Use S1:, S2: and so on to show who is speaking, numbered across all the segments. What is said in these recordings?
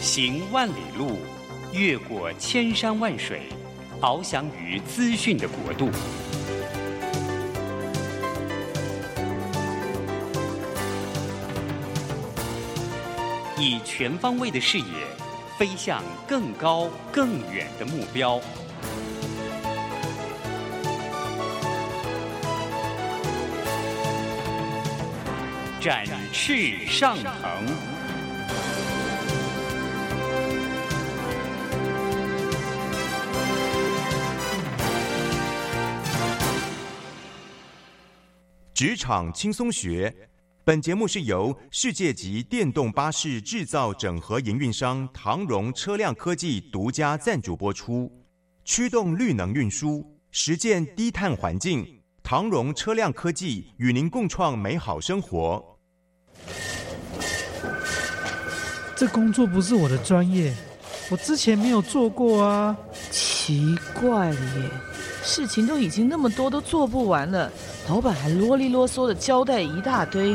S1: 行万里路，越过千山万水，翱翔于资讯的国度。以全方位的视野，飞向更高更远的目标。展翅上腾。
S2: 职场轻松学，本节目是由世界级电动巴士制造整合营运商唐荣车辆科技独家赞助播出。驱动绿能运输，实践低碳环境，唐荣车辆科技与您共创美好生活。
S3: 这工作不是我的专业，我之前没有做过啊。
S4: 奇怪了耶，事情都已经那么多，都做不完了，老板还啰里啰嗦的交代一大堆。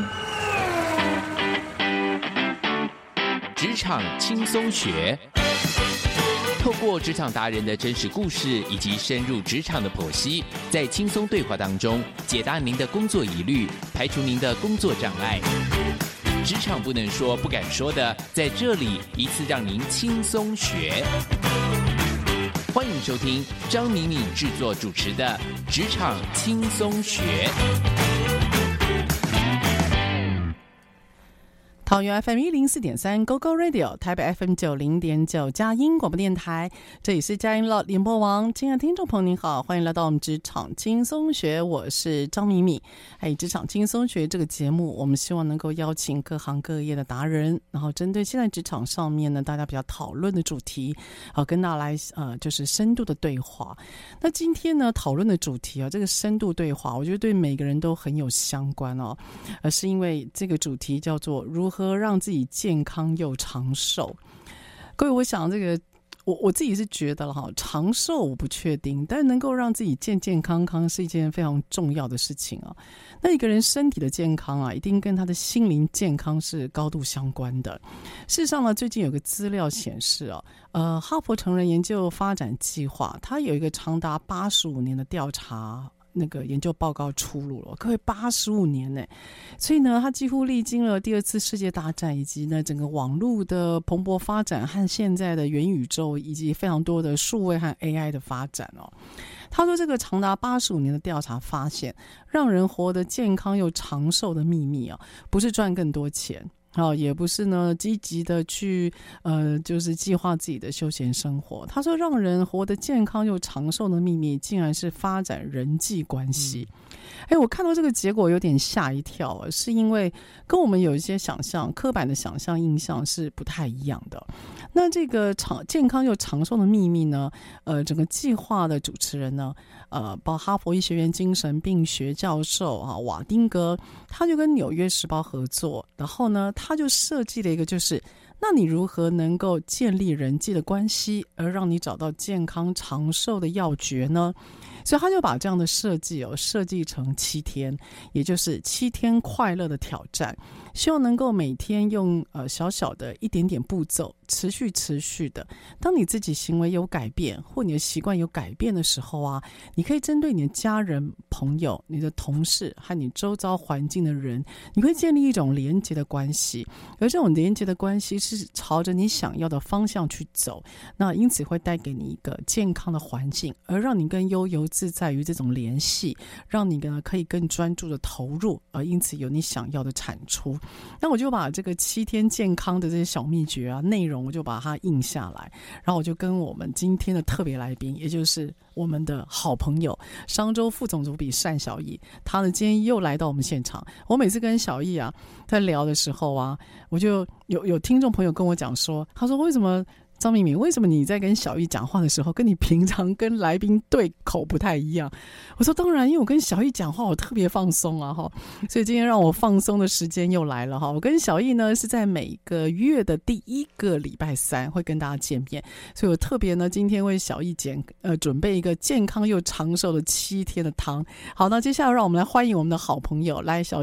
S5: 职场轻松学，透过职场达人的真实故事以及深入职场的剖析，在轻松对话当中解答您的工作疑虑，排除您的工作障碍。职场不能说不敢说的，在这里一次让您轻松学。欢迎收听张敏敏制作主持的《职场轻松学》。
S6: 桃园 FM 104.3 GoGo Radio， 台北 FM 90.9佳音广播电台，这里是佳音乐联播网。亲爱的听众朋友您好，欢迎来到我们职场轻松学，我是张敏敏。职场轻松学这个节目，我们希望能够邀请各行各业的达人，然后针对现在职场上面呢大家比较讨论的主题，跟大家来就是深度的对话。那今天呢讨论的主题这个深度对话，我觉得对每个人都很有相关是因为这个主题叫做如何让自己健康又长寿。各位，我想这个我自己是觉得了长寿我不确定，但能够让自己健健康康是一件非常重要的事情那一个人身体的健康一定跟他的心灵健康是高度相关的。事实上呢，最近有个资料显示哈佛成人研究发展计划，它有一个长达85年的调查那个研究报告出炉了，各位85年呢，所以呢，它几乎历经了第二次世界大战，以及呢整个网络的蓬勃发展和现在的元宇宙，以及非常多的数位和 AI 的发展他说，这个长达85年的调查发现，让人活得健康又长寿的秘密不是赚更多钱。也不是呢积极的去就是计划自己的休闲生活。他说，让人活得健康又长寿的秘密竟然是发展人际关系。我看到这个结果有点吓一跳是因为跟我们有一些想象刻板的想象印象是不太一样的。那这个健康又长寿的秘密呢整个计划的主持人呢包括哈佛医学院精神病学教授瓦丁格，他就跟纽约时报合作，然后呢他就设计了一个，就是那你如何能够建立人际的关系，而让你找到健康长寿的要诀呢？所以他就把这样的设计设计成7天，也就是7天快乐的挑战，希望能够每天用小小的一点点步骤，持续的，当你自己行为有改变或你的习惯有改变的时候你可以针对你的家人、朋友、你的同事和你周遭环境的人，你会建立一种连结的关系，而这种连结的关系是朝着你想要的方向去走，那因此会带给你一个健康的环境，而让你更悠游自在于这种联系，让你呢可以更专注的投入，而因此有你想要的产出。那我就把这个7天健康的这些小秘诀内容，我就把它印下来，然后我就跟我们今天的特别来宾，也就是我们的好朋友商周副总主笔单小艺，他呢今天又来到我们现场。我每次跟小艺在聊的时候我就有听众朋友跟我讲说，他说为什么张敏敏，为什么你在跟小艺讲话的时候跟你平常跟来宾对口不太一样？我说当然，因为我跟小艺讲话我特别放松所以今天让我放松的时间又来了我跟小艺呢是在每个月的第1个礼拜3会跟大家见面，所以我特别呢今天为小艺准备一个健康又长寿的7天的汤。好，那接下来让我们来欢迎我们的好朋友，来小艺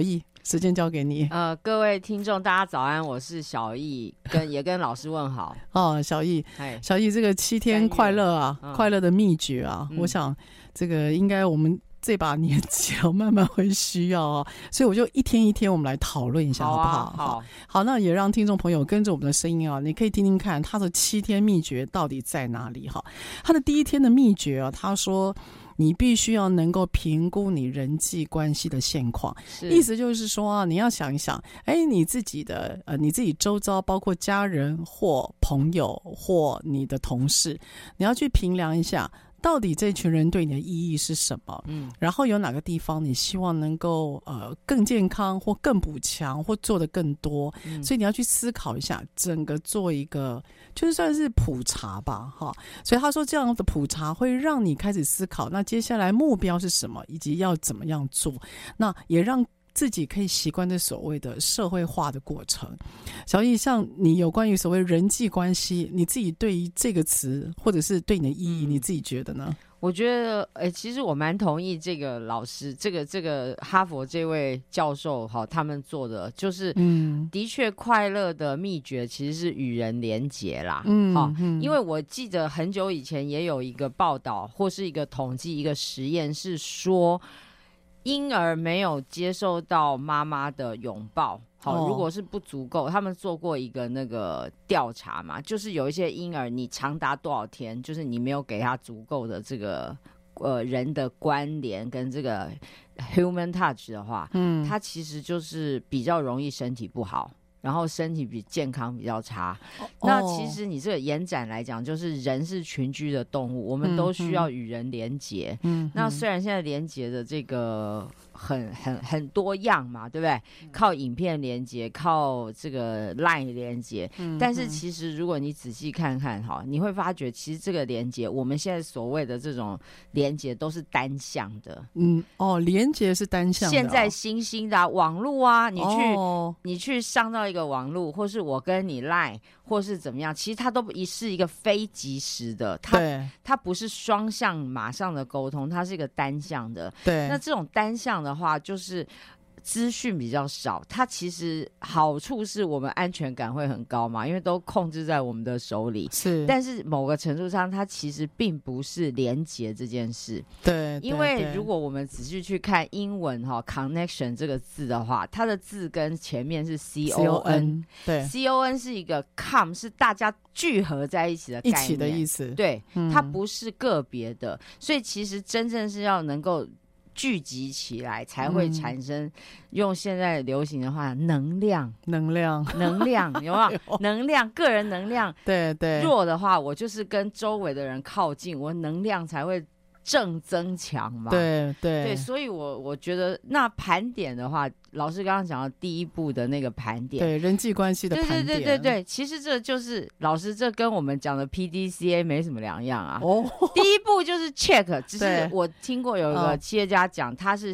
S6: 时间交给你。
S7: 各位听众，大家早安，我是小易，也跟老师问好。
S6: 小易，小易，这个7天快乐啊，快乐的秘诀啊，我想这个应该我们这把年纪慢慢会需要啊，所以我就一天一天我们来讨论一下，好不好？好，那也让听众朋友跟着我们的声音啊，你可以听听看他的7天秘诀到底在哪里哈。他的第1天的秘诀啊，他说你必须要能够评估你人际关系的现况，意思就是说你要想一想，你自己周遭，包括家人或朋友或你的同事，你要去评量一下，到底这群人对你的意义是什么？然后有哪个地方你希望能够更健康或更补强或做得更多？所以你要去思考一下，整个做一个就是算是普查吧，哈。所以他说这样的普查会让你开始思考，那接下来目标是什么，以及要怎么样做？那也让自己可以习惯这所谓的社会化的过程。小易，像你有关于所谓人际关系，你自己对于这个词或者是对你的意义，你自己觉得呢？
S7: 我觉得，其实我蛮同意这个老师，这个哈佛这位教授他们做的，就是的确快乐的秘诀其实是与人连结啦。因为我记得很久以前也有一个报道或是一个统计，一个实验是说，婴儿没有接受到妈妈的拥抱，如果是不足够，他们做过一个那个调查嘛，就是有一些婴儿你长达多少天，就是你没有给他足够的这个人的关联跟这个 human touch 的话，他其实就是比较容易身体不好，然后身体健康比较差。那其实你这个延展来讲，就是人是群居的动物，我们都需要与人连结。那虽然现在连结的这个很多样嘛，对不对？靠影片连接，靠这个 LINE 连接，但是其实如果你仔细看看你会发觉其实这个连接，我们现在所谓的这种连接都是单向的。
S6: 连接是单向的。
S7: 现在新兴的网络啊，你去上到一个网络，或是我跟你 LINE， 或是怎么样，其实它都是一个非即时的，它不是双向马上的沟通，它是一个单向的。
S6: 对，
S7: 那这种单向的话，就是资讯比较少，它其实好处是我们安全感会很高嘛，因为都控制在我们的手里。
S6: 是，
S7: 但是某个程度上，它其实并不是连结这件事。
S6: 对，
S7: 因为如果我们仔细去看英文connection 这个字的话，它的字根前面是 CON，
S6: 对
S7: ，CON 是一个 come， 是大家聚合在一起的概念，
S6: 一起的意思。
S7: 对，它不是个别的，所以其实真正是要能够聚集起来，才会产生用现在流行的话，能量有没有？能量，个人能量。
S6: 对对。
S7: 弱的话，我就是跟周围的人靠近，我能量才会正增强嘛。
S6: 对对
S7: 对，所以我觉得那盘点的话，老师刚刚讲到第一步的那个盘点，
S6: 对人际关系的盘点，
S7: 对，其实这就是老师，这跟我们讲的 PDCA 没什么两样啊。第一步就是 check， 只是我听过有一个企业家讲，他是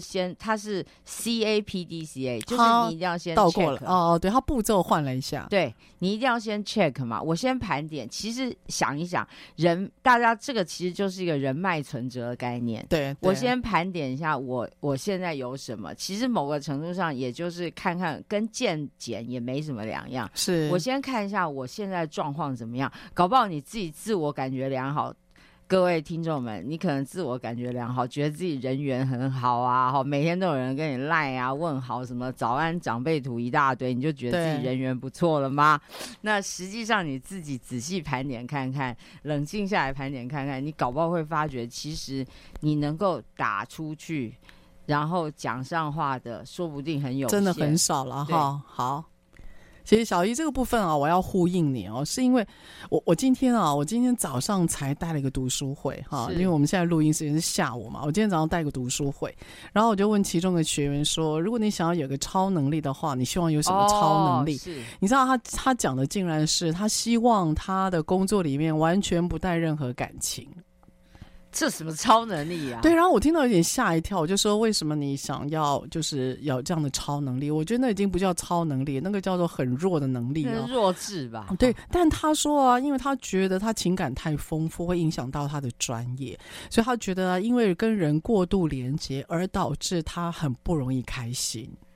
S7: CAPDCA， 就是你一定要先 check，
S6: 倒过了对，他步骤换了一下，
S7: 对你一定要先 check 嘛，我先盘点。其实想一想，大家这个其实就是一个人脉存折的概念。
S6: 对，
S7: 我先盘点一下我现在有什么，其实某个程度上也就是看看跟健检也没什么两样。
S6: 是我
S7: 先看一下我现在状况怎么样，搞不好你自己自我感觉良好。各位听众们，你可能自我感觉良好，觉得自己人缘很好啊，每天都有人跟你赖啊问好，什么早安长辈图一大堆，你就觉得自己人缘不错了吗？那实际上你自己仔细盘点看看，冷静下来盘点看看，你搞不好会发觉，其实你能够打出去然后讲上话的说不定很有限，
S6: 真的很少了哈。好，其实小易这个部分我要呼应你是因为我今天早上才带了一个读书会因为我们现在录音时间是下午嘛，我今天早上带一个读书会，然后我就问其中的学员说，如果你想要有个超能力的话，你希望有什么超能力？你知道他讲的竟然是他希望他的工作里面完全不带任何感情。
S7: 这什么超能力啊？
S6: 对，然后我听到有点吓一跳，我就说为什么你想要就是有这样的超能力？我觉得那已经不叫超能力，那个叫做很弱的能力
S7: 弱智吧。
S6: 对，但他说因为他觉得他情感太丰富，会影响到他的专业，所以他觉得因为跟人过度连结而导致他很不容易开心。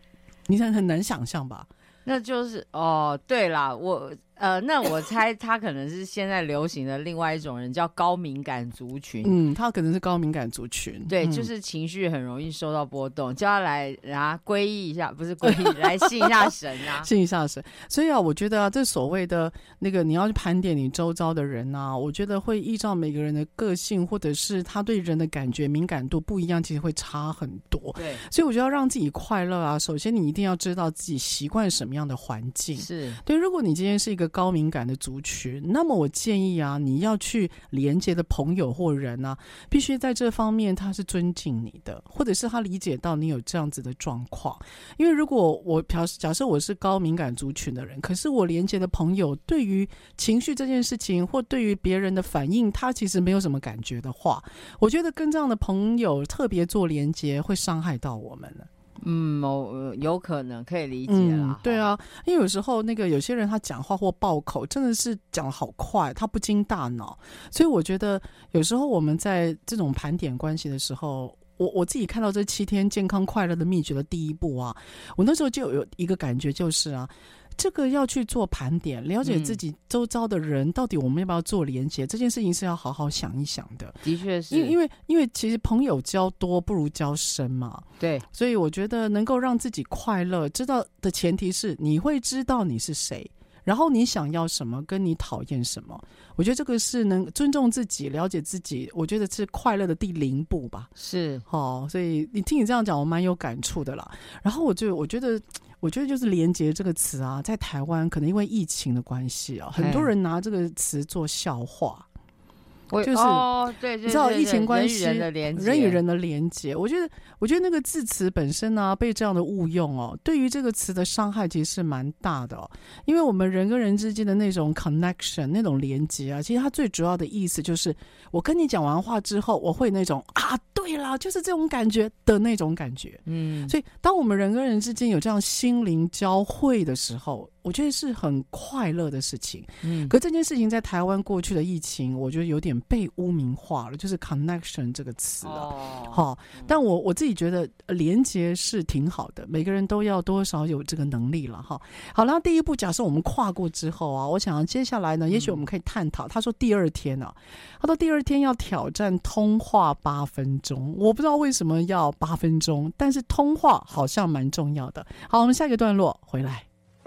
S6: 你很难想象吧？
S7: 那就是对啦，那我猜他可能是现在流行的另外一种人，叫高敏感族群。
S6: 他可能是高敏感族群，
S7: 对，就是情绪很容易受到波动，叫他来皈依一下，不是皈依，来信一下神啊，
S6: 信一下神。所以我觉得这所谓的那个你要去盘点你周遭的人啊，我觉得会依照每个人的个性，或者是他对人的感觉敏感度不一样，其实会差很多。
S7: 对，
S6: 所以我觉得要让自己快乐啊，首先你一定要知道自己习惯什么样的环境。
S7: 是
S6: 对，如果你今天是一个高敏感的族群，那么我建议啊，你要去连接的朋友或人啊，必须在这方面他是尊敬你的，或者是他理解到你有这样子的状况。因为如果假设我是高敏感族群的人，可是我连接的朋友对于情绪这件事情或对于别人的反应他其实没有什么感觉的话，我觉得跟这样的朋友特别做连接会伤害到我们了。
S7: 有可能可以理解啦。
S6: 对啊，因为有时候有些人他讲话或爆口真的是讲得好快，他不经大脑，所以我觉得有时候我们在这种盘点关系的时候，我自己看到这7天健康快乐的秘诀的第一步啊，我那时候就有一个感觉，就是啊，这个要去做盘点，了解自己周遭的人到底我们要不要做连结，这件事情是要好好想一想的。
S7: 的确是，
S6: 因为其实朋友交多不如交深嘛。
S7: 对，
S6: 所以我觉得能够让自己快乐，知道的前提是你会知道你是谁，然后你想要什么跟你讨厌什么，我觉得这个是能尊重自己了解自己，我觉得是快乐的第0步吧。
S7: 是
S6: 所以你听你这样讲我蛮有感触的啦。然后我觉得就是连结这个词啊，在台湾可能因为疫情的关系啊，很多人拿这个词做笑话。就是
S7: 对，
S6: 你知道疫情关系，
S7: 人
S6: 与人的连结，我觉得那个字词本身啊，被这样的误用对于这个词的伤害其实是蛮大的因为我们人跟人之间的那种 connection 那种连结啊，其实它最主要的意思就是我跟你讲完话之后，我会那种对啦，就是这种感觉的那种感觉。所以当我们人跟人之间有这样心灵交汇的时候，我觉得是很快乐的事情。可这件事情在台湾过去的疫情，我觉得有点被污名化了，就是 connection 这个词了。但我自己觉得连结是挺好的，每个人都要多少有这个能力了。好，然后第一步假设我们跨过之后啊，我想接下来呢，也许我们可以探讨。他说第2天啊，他说第2天要挑战通话8分钟，我不知道为什么要8分钟，但是通话好像蛮重要的。好，我们下一个段落回来。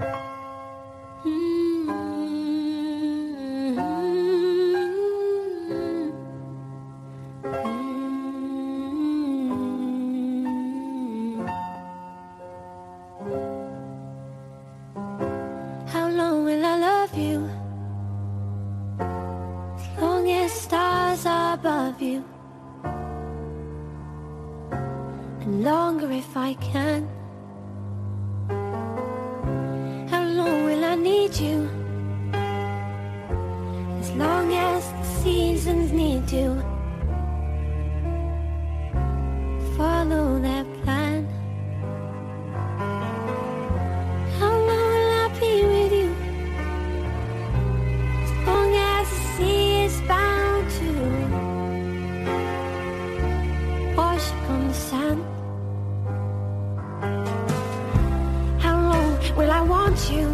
S8: How long will I love you? As long as stars are above you, and longer if I can. How long will I need you? As long as the seasons need to follow their plan. How long will I be with you? As long as the sea is bound to wash upon the sand. How long will I want you?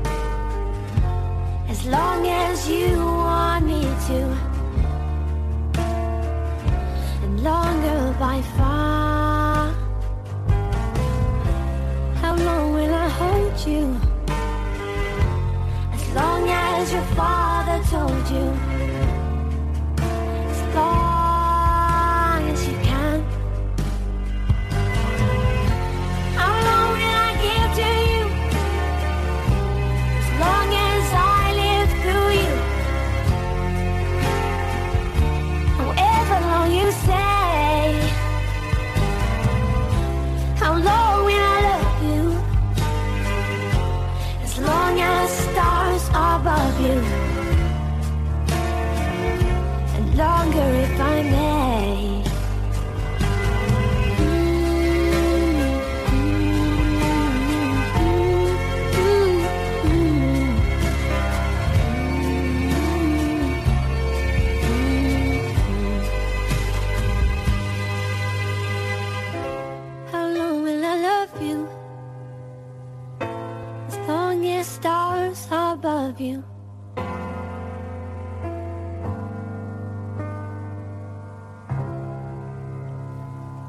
S8: As long as you want me to, and longer by far. How long will I hold you? As long as your father told you, as long as you can. How long will I give to you? As long as I live through you. However long you say. How long will I love you? As long as stars are above you,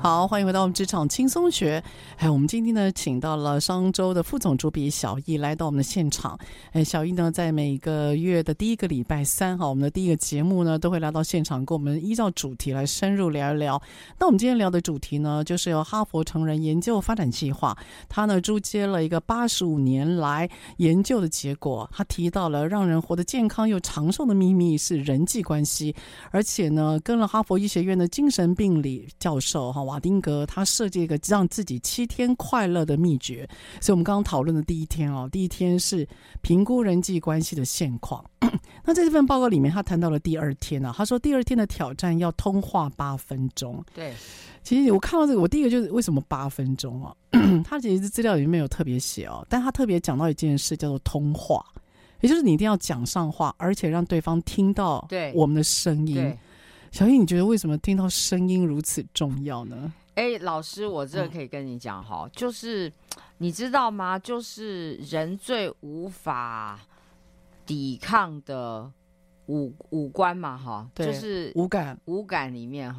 S6: 好，欢迎回到我们职场轻松学。我们今天呢，请到了商周的副总主笔小易来到我们的现场。小易呢，在每个月的第一个礼拜三，我们的第一个节目呢，都会来到现场，跟我们依照主题来深入聊一聊。那我们今天聊的主题呢，就是由哈佛成人研究发展计划，它呢注接了一个85年来研究的结果。它提到了让人活得健康又长寿的秘密是人际关系，而且呢，跟了哈佛医学院的精神病理教授瓦丁格，他设计一个让自己7天快乐的秘诀。所以我们刚刚讨论的第一天是评估人际关系的现况。那在这份报告里面，他谈到了第2天他说第2天的挑战要通话8分钟。
S7: 对，
S6: 其实我看到这个，我第一个就是为什么8分钟他其实资料里面没有特别写但他特别讲到一件事叫做通话，也就是你一定要讲上话，而且让对方听到我们的声音。小易，你觉得为什么听到声音如此重要呢？
S7: 老师，我这个可以跟你讲就是你知道吗？就是人最无法抵抗的五官嘛就是
S6: 五感
S7: 里面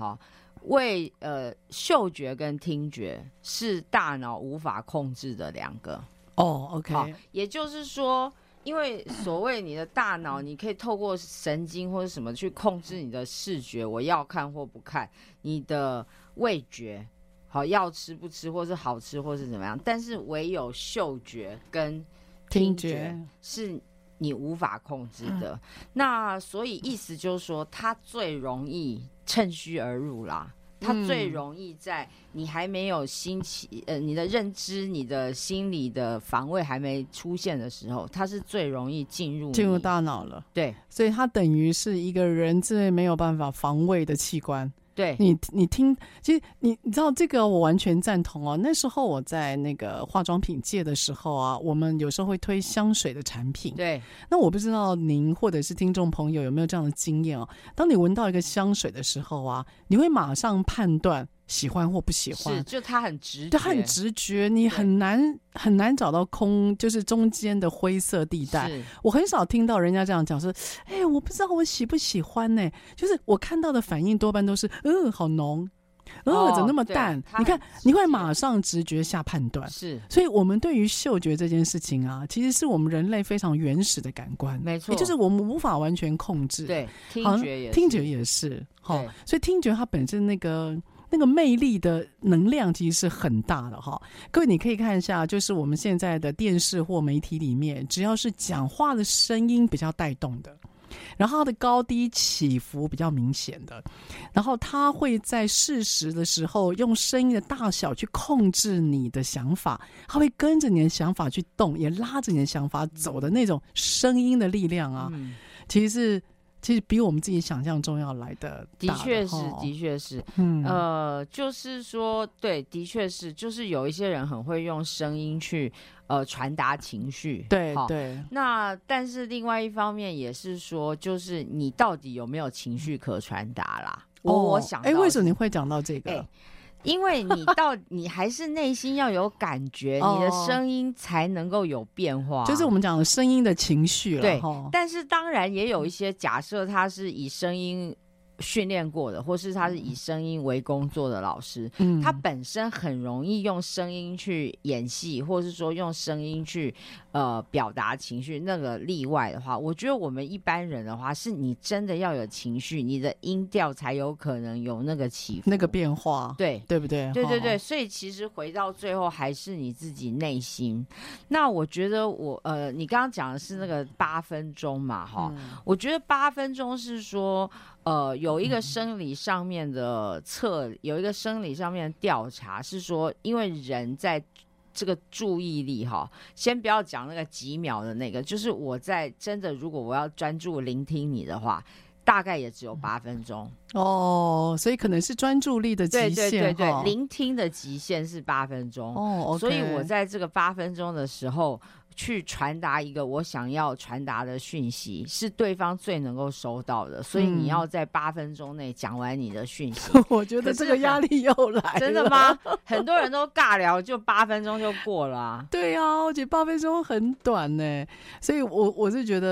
S7: 嗅觉跟听觉是大脑无法控制的2个。
S6: OK，
S7: 也就是说，因为所谓你的大脑，你可以透过神经或者什么去控制你的视觉，我要看或不看；你的味觉，要吃不吃，或是好吃或是怎么样。但是唯有嗅觉跟听觉是你无法控制的。那所以意思就是说，它最容易趁虚而入啦。它最容易在你还没有兴起，你的认知、你的心理的防卫还没出现的时候，它是最容易进入
S6: 大脑了。
S7: 对，
S6: 所以它等于是一个人最没有办法防卫的器官。
S7: 对，
S6: 你听，其实你知道这个我完全赞同那时候我在那个化妆品界的时候我们有时候会推香水的产品。
S7: 对，
S6: 那我不知道您或者是听众朋友有没有这样的经验当你闻到一个香水的时候你会马上判断喜欢或不喜欢。
S7: 是，就它很直觉，
S6: 对，它很直觉，你很难找到就是中间的灰色地带。我很少听到人家这样讲说，我不知道我喜不喜欢呢。就是我看到的反应多半都是，好浓，怎么那么淡？你看，你会马上直觉下判断。是，所以我们对于嗅觉这件事情其实是我们人类非常原始的感官，
S7: 没错，
S6: 也就是我们无法完全控制。
S7: 对，
S6: 听觉也是。所以听觉它本身那个魅力的能量其实是很大的各位你可以看一下，就是我们现在的电视或媒体里面，只要是讲话的声音比较带动的，然后它的高低起伏比较明显的，然后它会在适时的时候用声音的大小去控制你的想法，它会跟着你的想法去动，也拉着你的想法走的那种声音的力量其实比我们自己想象中要来的大。的
S7: 确是，就是说，对，的确是，就是有一些人很会用声音去传达情绪，
S6: 对。
S7: 那但是另外一方面也是说，就是你到底有没有情绪可传达啦？我想到
S6: 为什么你会讲到这个？
S7: 因为你还是内心要有感觉，你的声音才能够有变化，
S6: 就是我们讲的声音的情绪了。
S7: 对，但是当然也有一些假设，他是以声音训练过的，或是他是以声音为工作的老师，他本身很容易用声音去演戏，或是说用声音去表达情绪。那个例外的话，我觉得我们一般人的话，是你真的要有情绪，你的音调才有可能有那个起伏、
S6: 那个变化，对不对？
S7: 对，所以其实回到最后还是你自己内心。那我觉得你刚刚讲的是那个8分钟嘛，我觉得8分钟是说。有一个生理上面的有一个生理上面的调查是说，因为人在这个注意力先不要讲那个几秒的那个，就是我在真的如果我要专注聆听你的话，大概也只有8分钟。
S6: 所以可能是专注力的极限。
S7: 对，聆听的极限是8分钟。
S6: okay。
S7: 所以我在这个8分钟的时候去传达一个我想要传达的讯息，是对方最能够收到的，所以你要在8分钟内讲完你的讯息。
S6: 我觉得这个压力又来了。
S7: 真的吗？很多人都尬聊，就8分钟就过了。
S6: 对啊，我觉得8分钟很短呢，所以我是觉得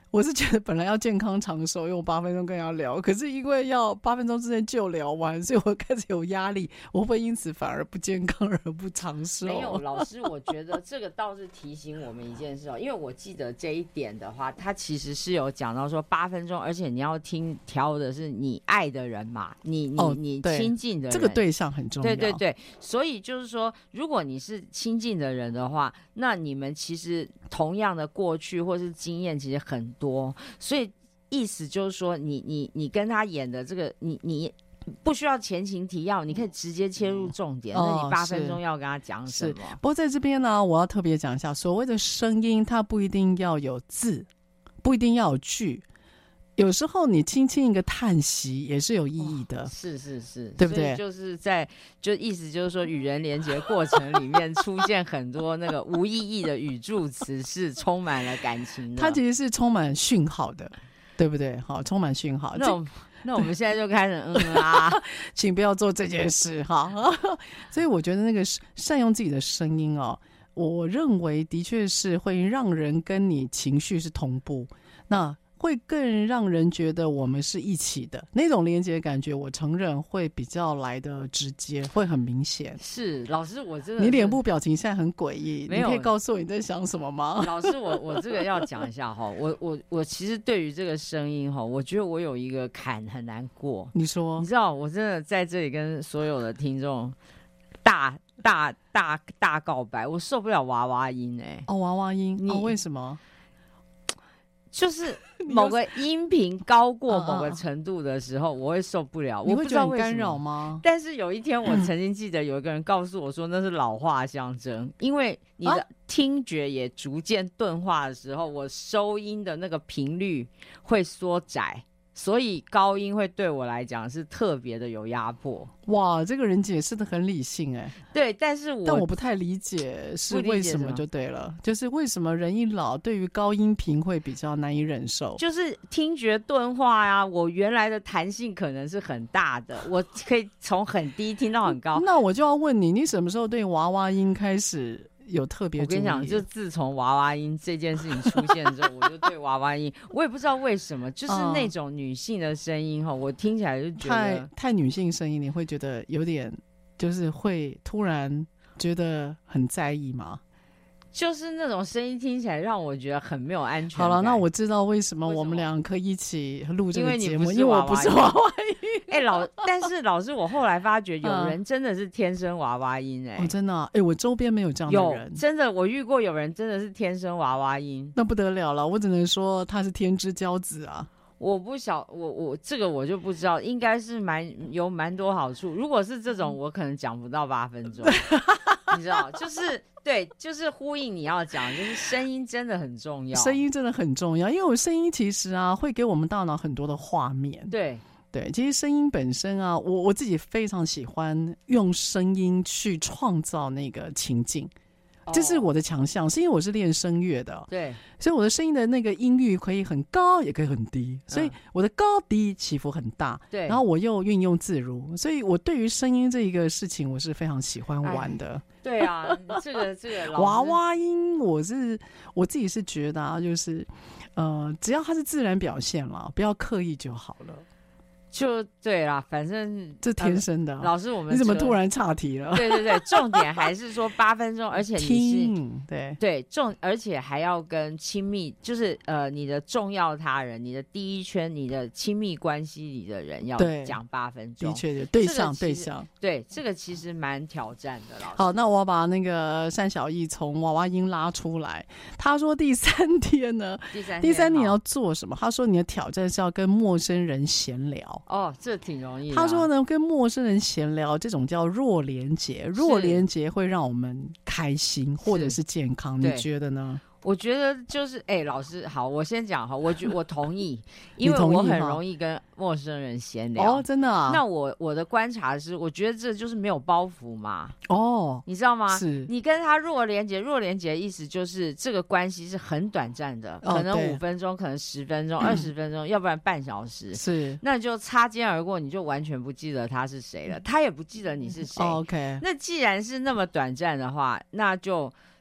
S6: 我是觉得本来要健康长寿，因为我8分钟跟人家聊，可是因为要8分钟之内就聊完，所以我开始有压力，我会不会因此反而不健康而不长寿？
S7: 没有，老师，我觉得这个倒是提醒我们一件事哦，因为我记得这一点的话，他其实是有讲到说8分钟，而且你要挑的是你爱的人嘛，你亲近的人，
S6: 这个对象很重要。
S7: 对对对，所以就是说，如果你是亲近的人的话，那你们其实同样的过去或是经验其实很多，所以意思就是说你跟他演的这个你不需要前情提要，你可以直接切入重点。那你8分钟要跟他讲什么？
S6: 不过在这边呢，我要特别讲一下，所谓的声音，它不一定要有字，不一定要有句。有时候你轻轻一个叹息也是有意义的，
S7: 是是是，
S6: 对不对？
S7: 就是就意思就是说，与人连结过程里面出现很多那个无意义的语助词，是充满了感情的。
S6: 它其实是充满讯号的，对不对？好，充满讯号。
S7: 那我们现在就开始
S6: 请不要做这件事哈。所以我觉得那个善用自己的声音哦，我认为的确是会让人跟你情绪是同步。那会更让人觉得我们是一起的那种连结感觉，我承认会比较来的直接，会很明显。
S7: 是老师，我真的
S6: 你脸部表情现在很诡异，
S7: 没有，
S6: 你可以告诉我你在想什么吗？
S7: 老师，我这个要讲一下哈，我其实对于这个声音哈，我觉得我有一个坎很难过。
S6: 你说，
S7: 你知道，我真的在这里跟所有的听众大告白，我受不了娃娃音
S6: 娃娃音，为什么？
S7: 就是某个音频高过某个程度的时候，我会受不了。
S6: 你会觉得很
S7: 干
S6: 扰吗？
S7: 但是有一天，我曾经记得有一个人告诉我说，那是老化象征，因为你的听觉也逐渐钝化的时候，我收音的那个频率会缩窄。所以高音会对我来讲是特别的有压迫。
S6: 哇，这个人解释的很理性
S7: 对，但我
S6: 不太理解是为什么就对了，就是为什么人一老对于高音频会比较难以忍受，
S7: 就是听觉钝化啊。我原来的弹性可能是很大的，我可以从很低听到很高。
S6: 那我就要问你什么时候对娃娃音开始有特别注意？
S7: 我跟你讲，就自从娃娃音这件事情出现之后，我就对娃娃音，我也不知道为什么，就是那种女性的声音我听起来就觉得
S6: 太女性声音，你会觉得有点，就是会突然觉得很在意吗？
S7: 就是那种声音听起来让我觉得很没有安全感。
S6: 好了，那我知道为什么我们两个可以一起录这个节目，
S7: 因为
S6: 我不是娃娃
S7: 音。但是老师，我后来发觉有人真的是天生娃娃音
S6: 真的我周边没有这样的人，
S7: 真的我遇过有人真的是天生娃娃音，
S6: 那不得了了，我只能说他是天之骄子啊。
S7: 我不晓我这个我就不知道，应该是有蛮多好处。如果是这种，我可能讲不到8分钟，你知道，就是对，就是呼应你要讲，就是声音真的很重要，
S6: 声音真的很重要，因为我声音其实会给我们大脑很多的画面。对，其实声音本身我自己非常喜欢用声音去创造那个情境。这是我的强项，是因为我是练声乐的，
S7: 对，
S6: 所以我的声音的那个音域可以很高，也可以很低，所以我的高低起伏很大，
S7: 对，
S6: 然后我又运用自如，所以我对于声音这一个事情，我是非常喜欢玩的。
S7: 对啊，这个
S6: 娃娃音，我自己是觉得就是只要它是自然表现了，不要刻意就好了。
S7: 就对啦，反正
S6: 这天生的。
S7: 老师，
S6: 你怎么突然岔题了？
S7: 对对对，重点还是说8分钟，而且你
S6: 是
S7: 对而且还要跟亲密，就是你的重要他人，你的第一圈，你的亲密关系里的人要讲8分钟。
S6: 的确，对象，
S7: 对，这个其实蛮挑战的。老师，
S6: 好，那我把那个单小艺从娃娃音拉出来。他说第3天呢，第三天要做什么？他说你的挑战是要跟陌生人闲聊。
S7: 这挺容易的。
S6: 他说呢，跟陌生人闲聊这种叫弱连结，弱连结会让我们开心或者是健康，你觉得呢？
S7: 我觉得就是老师好，我先讲我同意，因为我很容易跟陌生人闲聊。
S6: 真的啊？
S7: 那我的观察是，我觉得这就是没有包袱嘛。你知道吗？
S6: 是
S7: 你跟他弱连结的意思就是这个关系是很短暂的，可能5分钟，可能10分钟、20分钟，要不然半小时。
S6: 是，
S7: 那就擦肩而过，你就完全不记得他是谁了，他也不记得你是谁。
S6: OK，
S7: 那既然是那么短暂的话，那就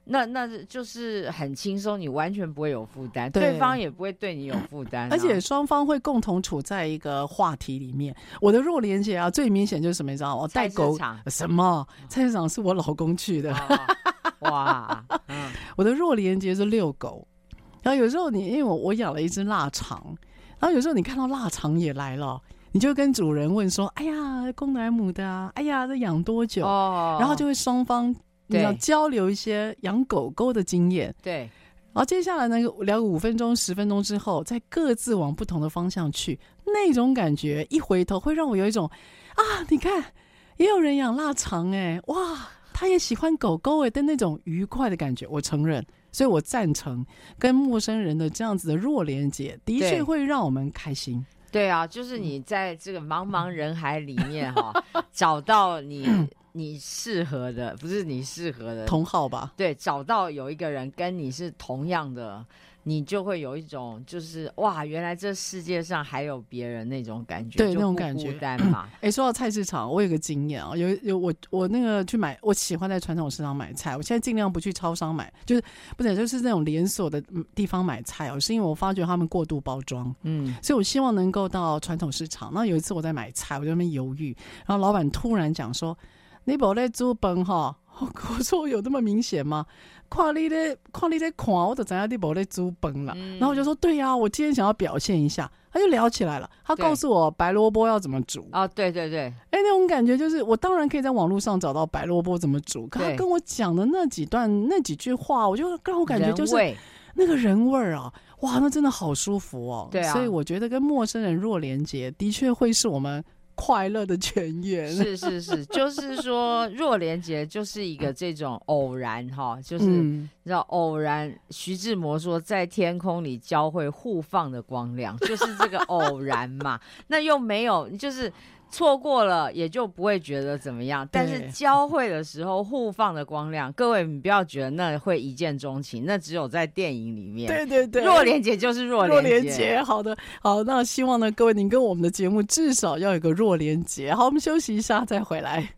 S7: 那就是很轻松，你完全不会有负担，对方也不会对你有负担，
S6: 而且双方会共同处在一个话题里面。我的弱连结啊，最明显就是什么，你知道吗？我带狗什么？菜市场是我老公去的，
S7: 哇，
S6: 我的弱连结是遛狗。然后有时候因为我养了一只腊肠，然后有时候你看到腊肠也来了。你就跟主人问说：“哎呀，公的还母的啊？哎呀，这养多久？”然后就会双方你要交流一些养狗狗的经验。
S7: 对，
S6: 然后接下来呢，聊个5分钟、10分钟之后，再各自往不同的方向去，那种感觉一回头会让我有一种啊，你看也有人养腊肠哎，哇，他也喜欢狗狗哎的那种愉快的感觉，我承认。所以我赞成跟陌生人的这样子的弱连结，的确会让我们开心。
S7: 对啊，就是你在这个茫茫人海里面找到你适合的，不是你适合的
S6: 同好吧？对，
S7: 找到有一个人跟你是同样的，你就会有一种就是哇，原来这世界上还有别人那种感觉，
S6: 对，那种感觉。
S7: 孤单嘛。
S6: 说到菜市场，我有个经验啊，我那个去买，我喜欢在传统市场买菜，我现在尽量不去超商买，就是那种连锁的地方买菜哦，是因为我发觉他们过度包装，所以我希望能够到传统市场。那有一次我在买菜，我在那边犹豫，然后老板突然讲说：“你没在煮饭哈？”我说有那么明显吗？看你在看，我就知道你没在煮饭了。然后我就说对啊，我今天想要表现一下，他就聊起来了。他告诉我白萝卜要怎么煮。
S7: 哦，对对对，
S6: 那种感觉就是我当然可以在网络上找到白萝卜怎么煮，可他跟我讲的那几句话，我就让我感觉就是那个人味啊，哇，那真的好舒服哦。
S7: 对啊，
S6: 所以我觉得跟陌生人弱连结，的确会是我们快乐的泉源。
S7: 是，就是说弱连结就是一个这种偶然哈，就是你知道偶然。徐志摩说，在天空里交汇互放的光亮，就是这个偶然嘛。那又没有，就是错过了也就不会觉得怎么样，但是交汇的时候互放的光亮，各位你不要觉得那会一见钟情，那只有在电影里面。对，弱连结就是弱连结。
S6: 好的，好，那希望呢，各位您跟我们的节目至少要有个弱连结。好，我们休息一下再回来。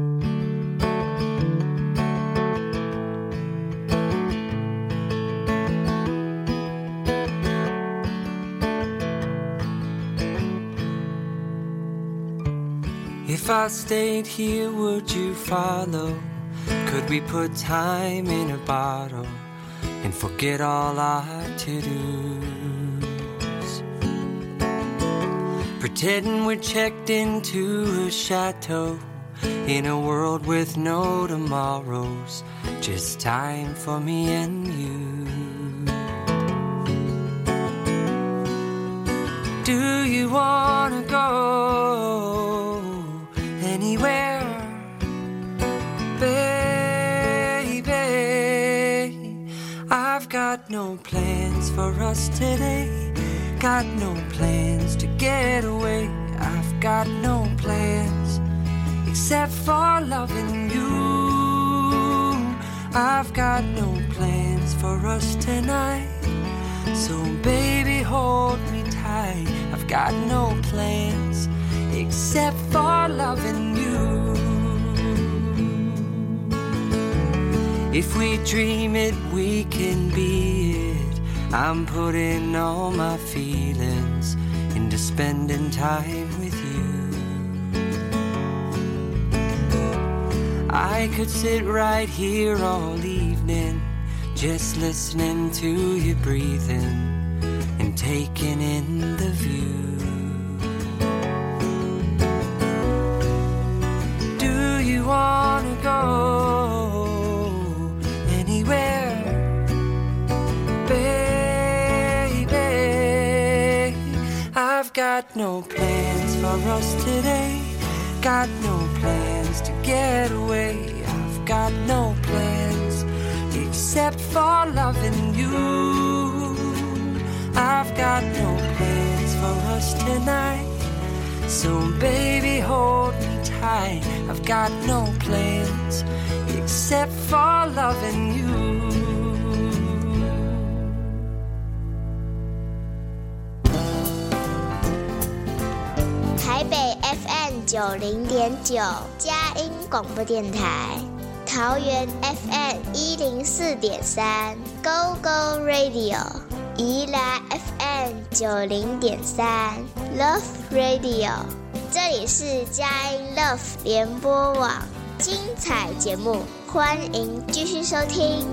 S9: If I stayed here, would you follow? Could we put time in a bottle and forget all our to-dos? Pretending we're checked into a chateau in a world with no tomorrows, just time for me and you. Do you wanna go?Anywhere, baby. I've got no plans for us today. Got no plans to get away. I've got no plans except for loving you. I've got no plans for us tonight. So baby, hold me tight. I've got no plans except for loving you. If we dream it, we can be it. I'm putting all my feelings into spending time with you. I could sit right here all evening, just listening to you breathing and taking in the view.You wanna go anywhere, baby. I've got no plans for us today. Got no plans to get away. I've got no plans except for loving you. I've got no plans for us tonight.So baby, hold me tight. I've got no plans except for loving you.
S10: 台北 FM 90.9佳音广播电台， 桃园 FM104.3 Go Go Radio， 宜兰 FM90.3 Love Radio， 这里是佳音 Love 联播网，精彩节目，欢迎继续收听。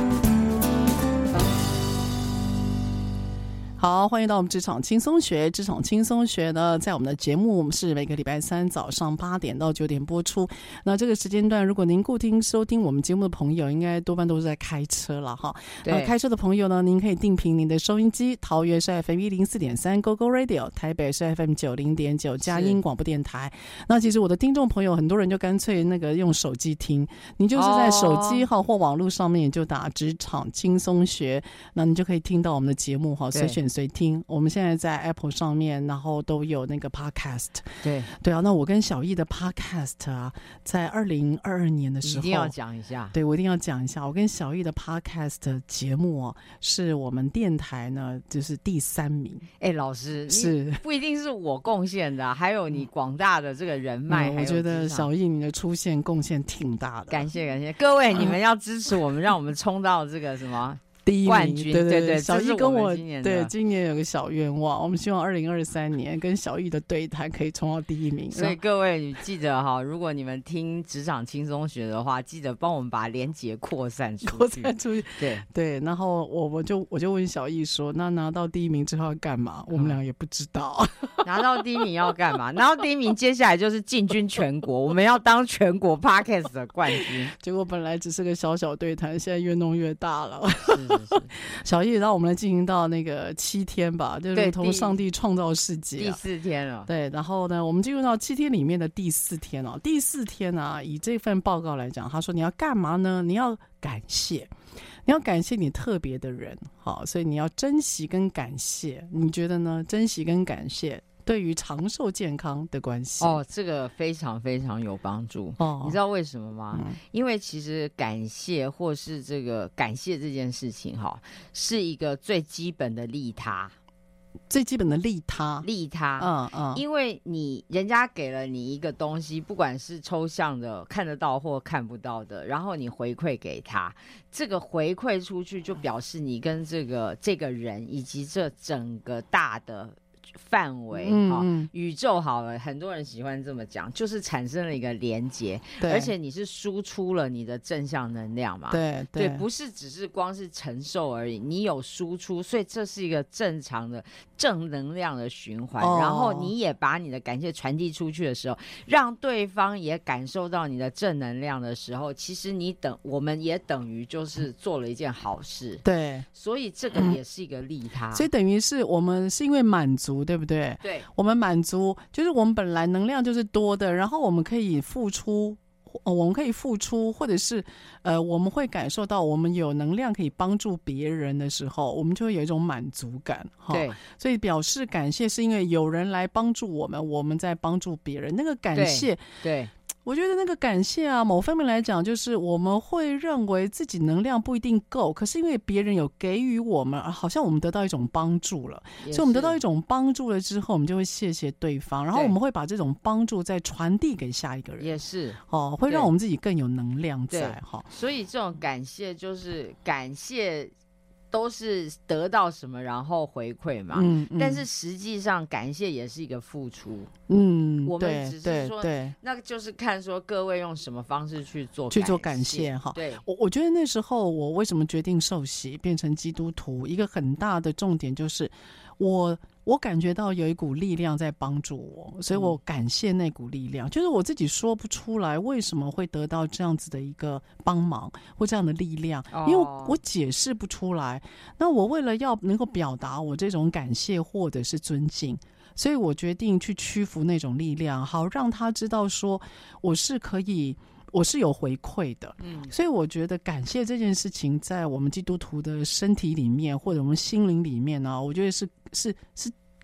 S6: 好，欢迎到我们职场轻松学。职场轻松学呢，在我们的节目，我们是每个礼拜三早上8点到9点播出。那这个时间段，如果您固定收听我们节目的朋友，应该多半都是在开车了哈。
S7: 对，
S6: 开车的朋友呢，您可以定频您的收音机，桃园是 FM104.3 Go Go Radio， 台北是 FM90.9 佳音广播电台。那其实我的听众朋友，很多人就干脆那个用手机听，你就是在手机哈或网络上面就打职场轻松学，那你就可以听到我们的节目哈，随选随听。我们现在在 Apple 上面，然后都有那个 Podcast。对啊，那我跟小艺的 Podcast 啊，在2022年的时候，
S7: 一定要讲一下。
S6: 对，我一定要讲一下。我跟小艺的 Podcast 节目哦，是我们电台呢就是第3名。
S7: 老师
S6: 是
S7: 不一定是我贡献的，还有你广大的这个人脉。
S6: 我觉得小艺你的出现贡献挺大的，
S7: 感谢各位，你们要支持我们，让我们冲到这个什么。
S6: 第1名
S7: 冠军，对，
S6: 小艺跟我
S7: 今
S6: 年有个小愿望，我们希望2023年跟小艺的对谈可以冲到第1名。
S7: 所以各位你记得哈，如果你们听职场轻松学的话，记得帮我们把连结扩散出去。对，
S6: 然后我就问小艺说，那拿到第1名之后要干嘛？我们俩也不知道。
S7: 拿到第1名要干嘛？拿到第1名，接下来就是进军全国，我们要当全国 Podcast 的冠军。
S6: 结果本来只是个小小对谈，现在越弄越大了。小艺，让我们来进行到那个7天吧，就如同上帝创造世界
S7: 第4天了。
S6: 对，然后呢，我们进入到7天里面的第4天哦。第4天啊，以这份报告来讲，他说你要干嘛呢？你要感谢。你要感谢你特别的人，好，所以你要珍惜跟感谢。你觉得呢？珍惜跟感谢对于长寿健康的关系
S7: 这个非常非常有帮助你知道为什么吗？因为其实感谢或是这个感谢这件事情是一个最基本的利他。
S6: 最基本的利他，
S7: 因为人家给了你一个东西，不管是抽象的看得到或看不到的，然后你回馈给他，这个回馈出去就表示你跟这个人以及这整个大的范围宇宙好了，很多人喜欢这么讲，就是产生了一个连结，而且你是输出了你的正向能量嘛，对，不是只是光是承受而已，你有输出，所以这是一个正常的正能量的循环，然后你也把你的感谢传递出去的时候，让对方也感受到你的正能量的时候，其实我们也等于就是做了一件好事，
S6: 对，
S7: 所以这个也是一个利他，
S6: 所以等于是我们是因为满足，对不对？
S7: 对，
S6: 我们满足就是我们本来能量就是多的，然后我们可以付出，或者是我们会感受到我们有能量可以帮助别人的时候，我们就会有一种满足感。
S7: 对，
S6: 所以表示感谢是因为有人来帮助我们，我们在帮助别人，那个感谢，
S7: 对。
S6: 我觉得那个感谢啊，某方面来讲，就是我们会认为自己能量不一定够，可是因为别人有给予我们，好像我们得到一种帮助了，所以我们得到一种帮助了之后，我们就会谢谢对方，然后我们会把这种帮助再传递给下一个人，
S7: 也是
S6: 会让我们自己更有能量在
S7: 所以这种感谢就是感谢。都是得到什么然后回馈嘛，但是实际上感谢也是一个付出，我们只是说那就是看说各位用什么方式去做感谢对，
S6: 我觉得那时候我为什么决定受洗变成基督徒，一个很大的重点就是我感觉到有一股力量在帮助我，所以我感谢那股力量，就是我自己说不出来为什么会得到这样子的一个帮忙或这样的力量，因为我解释不出来。那我为了要能够表达我这种感谢或者是尊敬，所以我决定去屈服那种力量，好让他知道说我是有回馈的，所以我觉得感谢这件事情在我们基督徒的身体里面或者我们心灵里面呢，我觉得是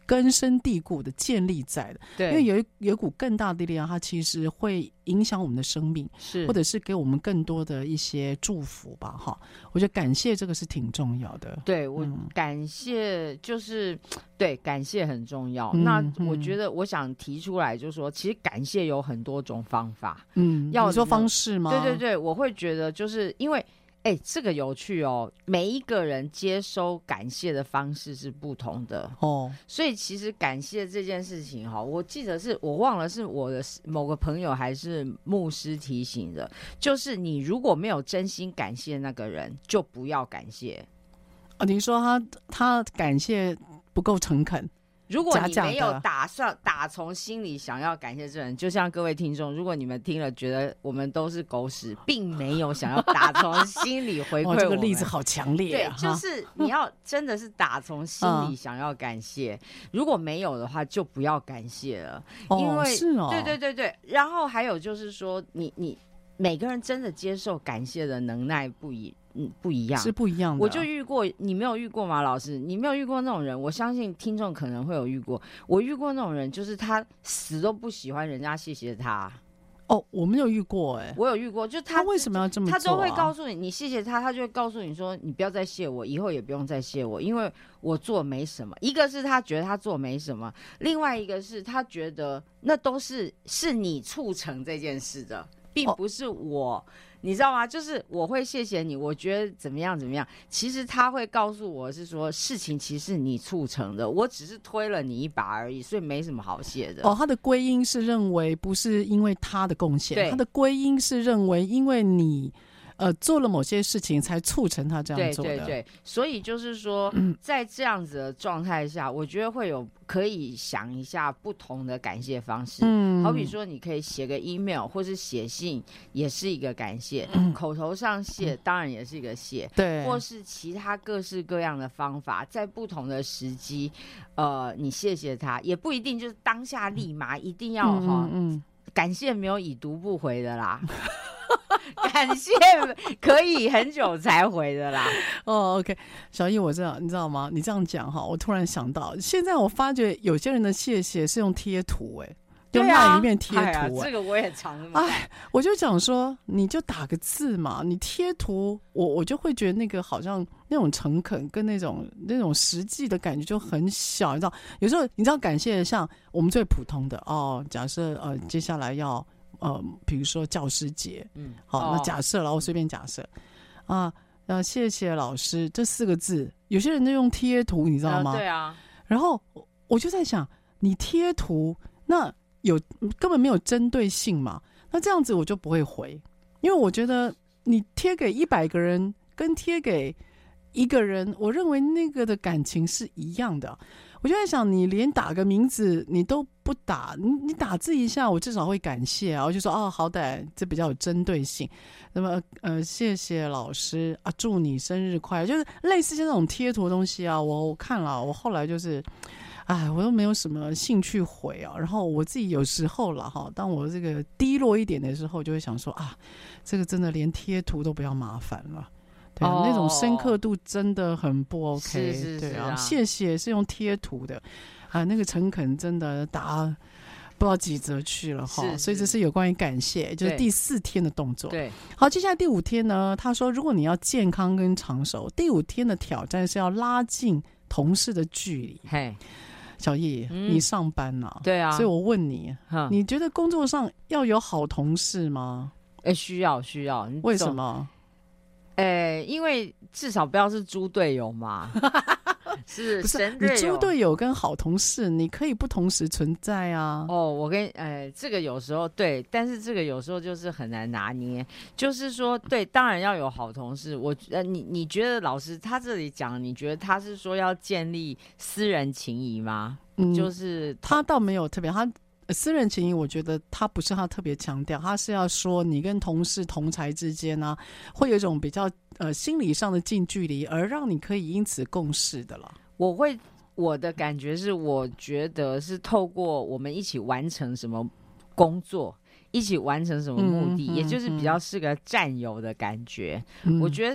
S6: 根深蒂固的建立在的。
S7: 对，
S6: 因为有一股更大的力量，它其实会影响我们的生命，
S7: 是
S6: 或者是给我们更多的一些祝福吧。哈，我觉得感谢这个是挺重要的。
S7: 对，我感谢就是对，感谢很重要。那我觉得我想提出来，就是说，其实感谢有很多种方法。你
S6: 说方式吗？
S7: 对对对，我会觉得就是因为。这个有趣哦，每一个人接收感谢的方式是不同的哦，所以其实感谢这件事情哈，我记得是我忘了是我的某个朋友还是牧师提醒的，就是你如果没有真心感谢那个人，就不要感谢。
S6: 你说他感谢不够诚恳。
S7: 如果你没有打从心里想要感谢这人，就像各位听众，如果你们听了觉得我们都是狗屎，并没有想要打从心里回馈我们，
S6: 这个例子好强烈
S7: 啊！对，就是你要真的是打从心里想要感谢，如果没有的话，就不要感谢了，因为
S6: 是哦，
S7: 对对对对。然后还有就是说，你每个人真的接受感谢的能耐不一样，
S6: 是不一样的。
S7: 我就遇过，你没有遇过吗？老师，你没有遇过那种人，我相信听众可能会有遇过。我遇过那种人，就是他死都不喜欢人家谢谢他。
S6: 我没有遇过
S7: 我有遇过，就
S6: 他为什么要这么做
S7: 他都会告诉你，你谢谢他，他就会告诉你说，你不要再谢我，以后也不用再谢我，因为我做没什么。一个是他觉得他做没什么，另外一个是他觉得那都是你促成这件事的，并不是我。你知道吗？就是我会谢谢你，我觉得怎么样怎么样。其实他会告诉我是说，事情其实是你促成的，我只是推了你一把而已，所以没什么好谢的。
S6: 他的归因是认为不是因为他的贡献，他的归因是认为因为你做了某些事情才促成他这样做的。
S7: 对对对，所以就是说，在这样子的状态下，我觉得可以想一下不同的感谢方式。好比说你可以写个 email 或是写信，也是一个感谢。口头上谢当然也是一个谢，
S6: 对，
S7: 或是其他各式各样的方法，在不同的时机，你谢谢他，也不一定就是当下立马一定要感谢没有已读不回的啦。感谢可以很久才回的啦。
S6: OK， 小易，我知道，你知道吗？你这样讲哈，我突然想到，现在我发觉有些人的谢谢是用贴图，用那里面贴图，
S7: 这个我也常那么
S6: 我就讲说，你就打个字嘛，你贴图，我就会觉得那个好像那种诚恳跟那种实际的感觉就很小，你知道？有时候你知道感谢像我们最普通的假设接下来要。比如说教师节，好，那假设了，我随便假设谢谢老师这4个字，有些人就用贴图，你知道吗？
S7: 对啊。
S6: 然后我就在想，你贴图那根本没有针对性嘛，那这样子我就不会回，因为我觉得你贴给100个人跟贴给1个人，我认为那个的感情是一样的。我就在想，你连打个名字你都不打，你打字一下，我至少会感谢啊，我就说好歹这比较有针对性。那么谢谢老师啊，祝你生日快乐，就是类似这种贴图的东西啊。我看了，我后来就是我又没有什么兴趣回啊。然后我自己有时候了当我这个低落一点的时候，就会想说这个真的连贴图都不要麻烦了。对那种深刻度真的很不 OK。
S7: 是
S6: 对啊，谢谢是用贴图的那个诚恳真的打不知道几折去了所以这是有关于感谢，就是第4天的动作。
S7: 对，
S6: 好，接下来第5天呢，他说如果你要健康跟长寿，第5天的挑战是要拉近同事的距离。小易，你上班
S7: 对啊，
S6: 所以我问你，你觉得工作上要有好同事吗？
S7: 需要。
S6: 为什么？
S7: 因为至少不要是猪队友嘛。是神队友，
S6: 你猪队友跟好同事你可以不同时存在啊。
S7: 我跟这个有时候对，但是这个有时候就是很难拿捏。就是说对，当然要有好同事。你觉得老师他这里讲，你觉得他是说要建立私人情谊吗？就是
S6: 他倒没有特别，他私人情谊我觉得他不是他特别强调，他是要说你跟同事同才之间啊，会有一种比较心理上的近距离，而让你可以因此共事的了。
S7: 我的感觉是，我觉得是透过我们一起完成什么工作，一起完成什么目的，也就是比较是个战友的感觉。我觉得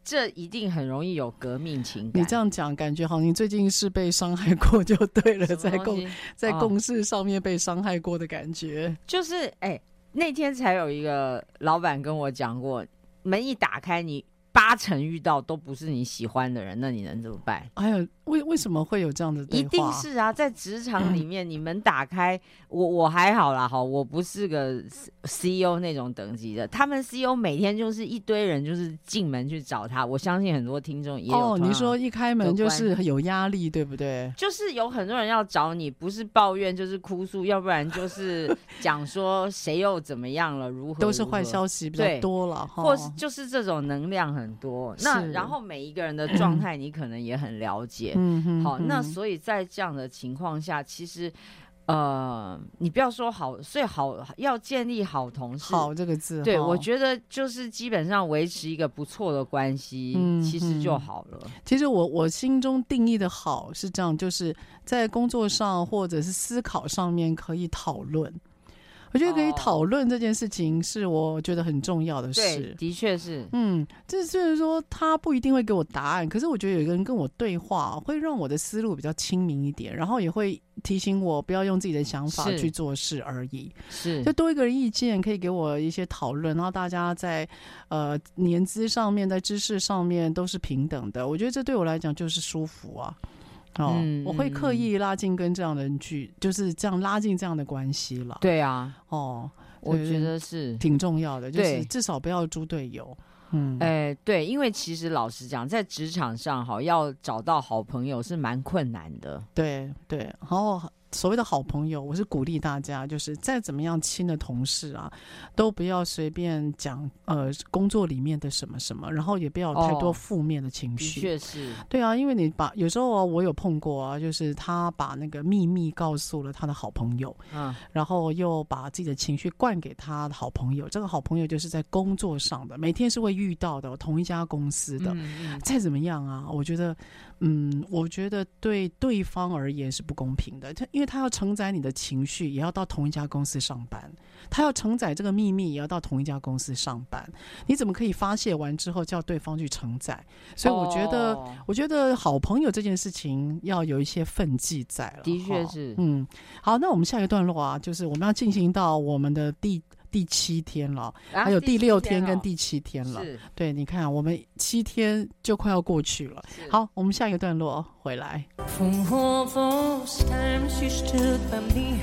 S7: 这一定很容易有革命情感。
S6: 你这样讲，感觉好像你最近是被伤害过就对了，在共事上面被伤害过的感觉。
S7: 就是那天才有一个老板跟我讲过，门一打开，你8成遇到都不是你喜欢的人，那你能怎么办？
S6: 哎呀，为什么会有这样的对话？
S7: 一定是啊，在职场里面，你门打开，我还好啦，我不是个 CEO 那种等级的，他们 CEO 每天就是一堆人就是进门去找他，我相信很多听众也有。
S6: 你说一开门就是有压力，对不对？
S7: 就是有很多人要找你，不是抱怨就是哭诉，要不然就是讲说谁又怎么样了，如何
S6: 都是坏消息比较多了，
S7: 或是就是这种能量很多。那然后每一个人的状态你可能也很了解。好，那所以在这样的情况下，其实你不要说好，所以要建立好同事，
S6: 好这个字，
S7: 对，我觉得就是基本上维持一个不错的关系，其实就好了。
S6: 其实我心中定义的好是这样，就是在工作上或者是思考上面可以讨论。我觉得可以讨论这件事情是我觉得很重要的事。
S7: 对，的确是。
S6: 这虽然说他不一定会给我答案，可是我觉得有一个人跟我对话，会让我的思路比较清明一点，然后也会提醒我不要用自己的想法去做事而已。
S7: 是，
S6: 就多一个人意见，可以给我一些讨论，然后大家在年资上面，在知识上面都是平等的。我觉得这对我来讲就是舒服啊。我会刻意拉近跟这样的人就是这样拉近这样的关系了。
S7: 对啊，我觉得是
S6: 挺重要的，就是至少不要猪队友。
S7: 对，因为其实老实讲，在职场上要找到好朋友是蛮困难的。
S6: 对，然后所谓的好朋友，我是鼓励大家，就是再怎么样亲的同事啊，都不要随便讲工作里面的什么什么，然后也不要有太多负面的情绪。
S7: 的确是。
S6: 对啊，因为有时候我有碰过啊，就是他把那个秘密告诉了他的好朋友，然后又把自己的情绪灌给他的好朋友。这个好朋友就是在工作上的，每天是会遇到的，同一家公司的。再怎么样啊，我觉得对对方而言是不公平的，因为他要承载你的情绪，也要到同一家公司上班；他要承载这个秘密，也要到同一家公司上班。你怎么可以发泄完之后叫对方去承载？所以我觉得好朋友这件事情要有一些分际在了。
S7: 的确是。
S6: 好，那我们下一个段落啊，就是我们要进行到我们的第7天了，还有第6天跟第7天了。对，你看我们7天就快要过去了。好，我们下一个段落回来。
S9: For all those times you stood by me,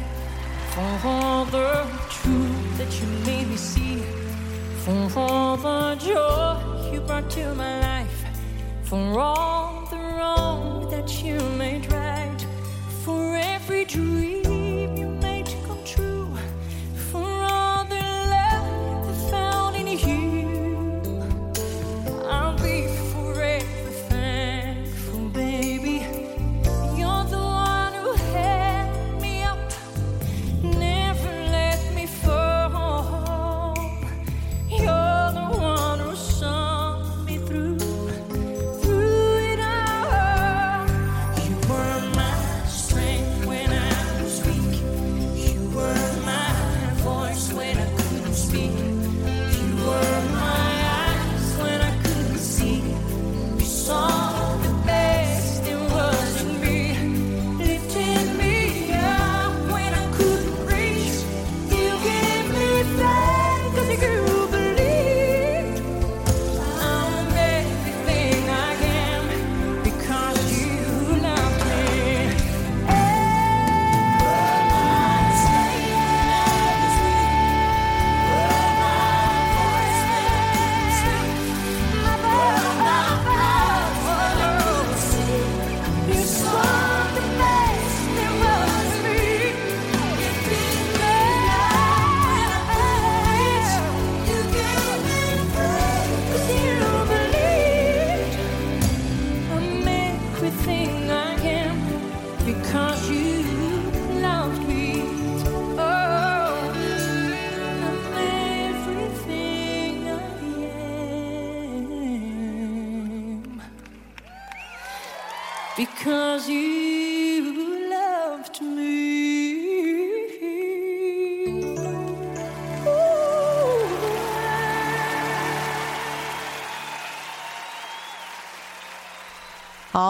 S9: for all the truth that you made me see, for all the joy you brought to my life, for all the wrong that you made right, for every dream you made come true, for all the love I found in you, I'll be forever thankful, baby. You're the one who held me up, never let me fall. You're the one who saw me through it all. You were my strength when I was weak. You were my voice when I couldn't speak. You were my eyes when I couldn't see. You saw the best it was in me, lifting me up when I couldn't reach. You gave me faith 'cause you believed I'm everything I am because you loved me. You saw the best there was in me, lifting me up. You gave me faith 'cause you believed I'm everything I am because you loved me. Oh, I'm everything I am because you loved me.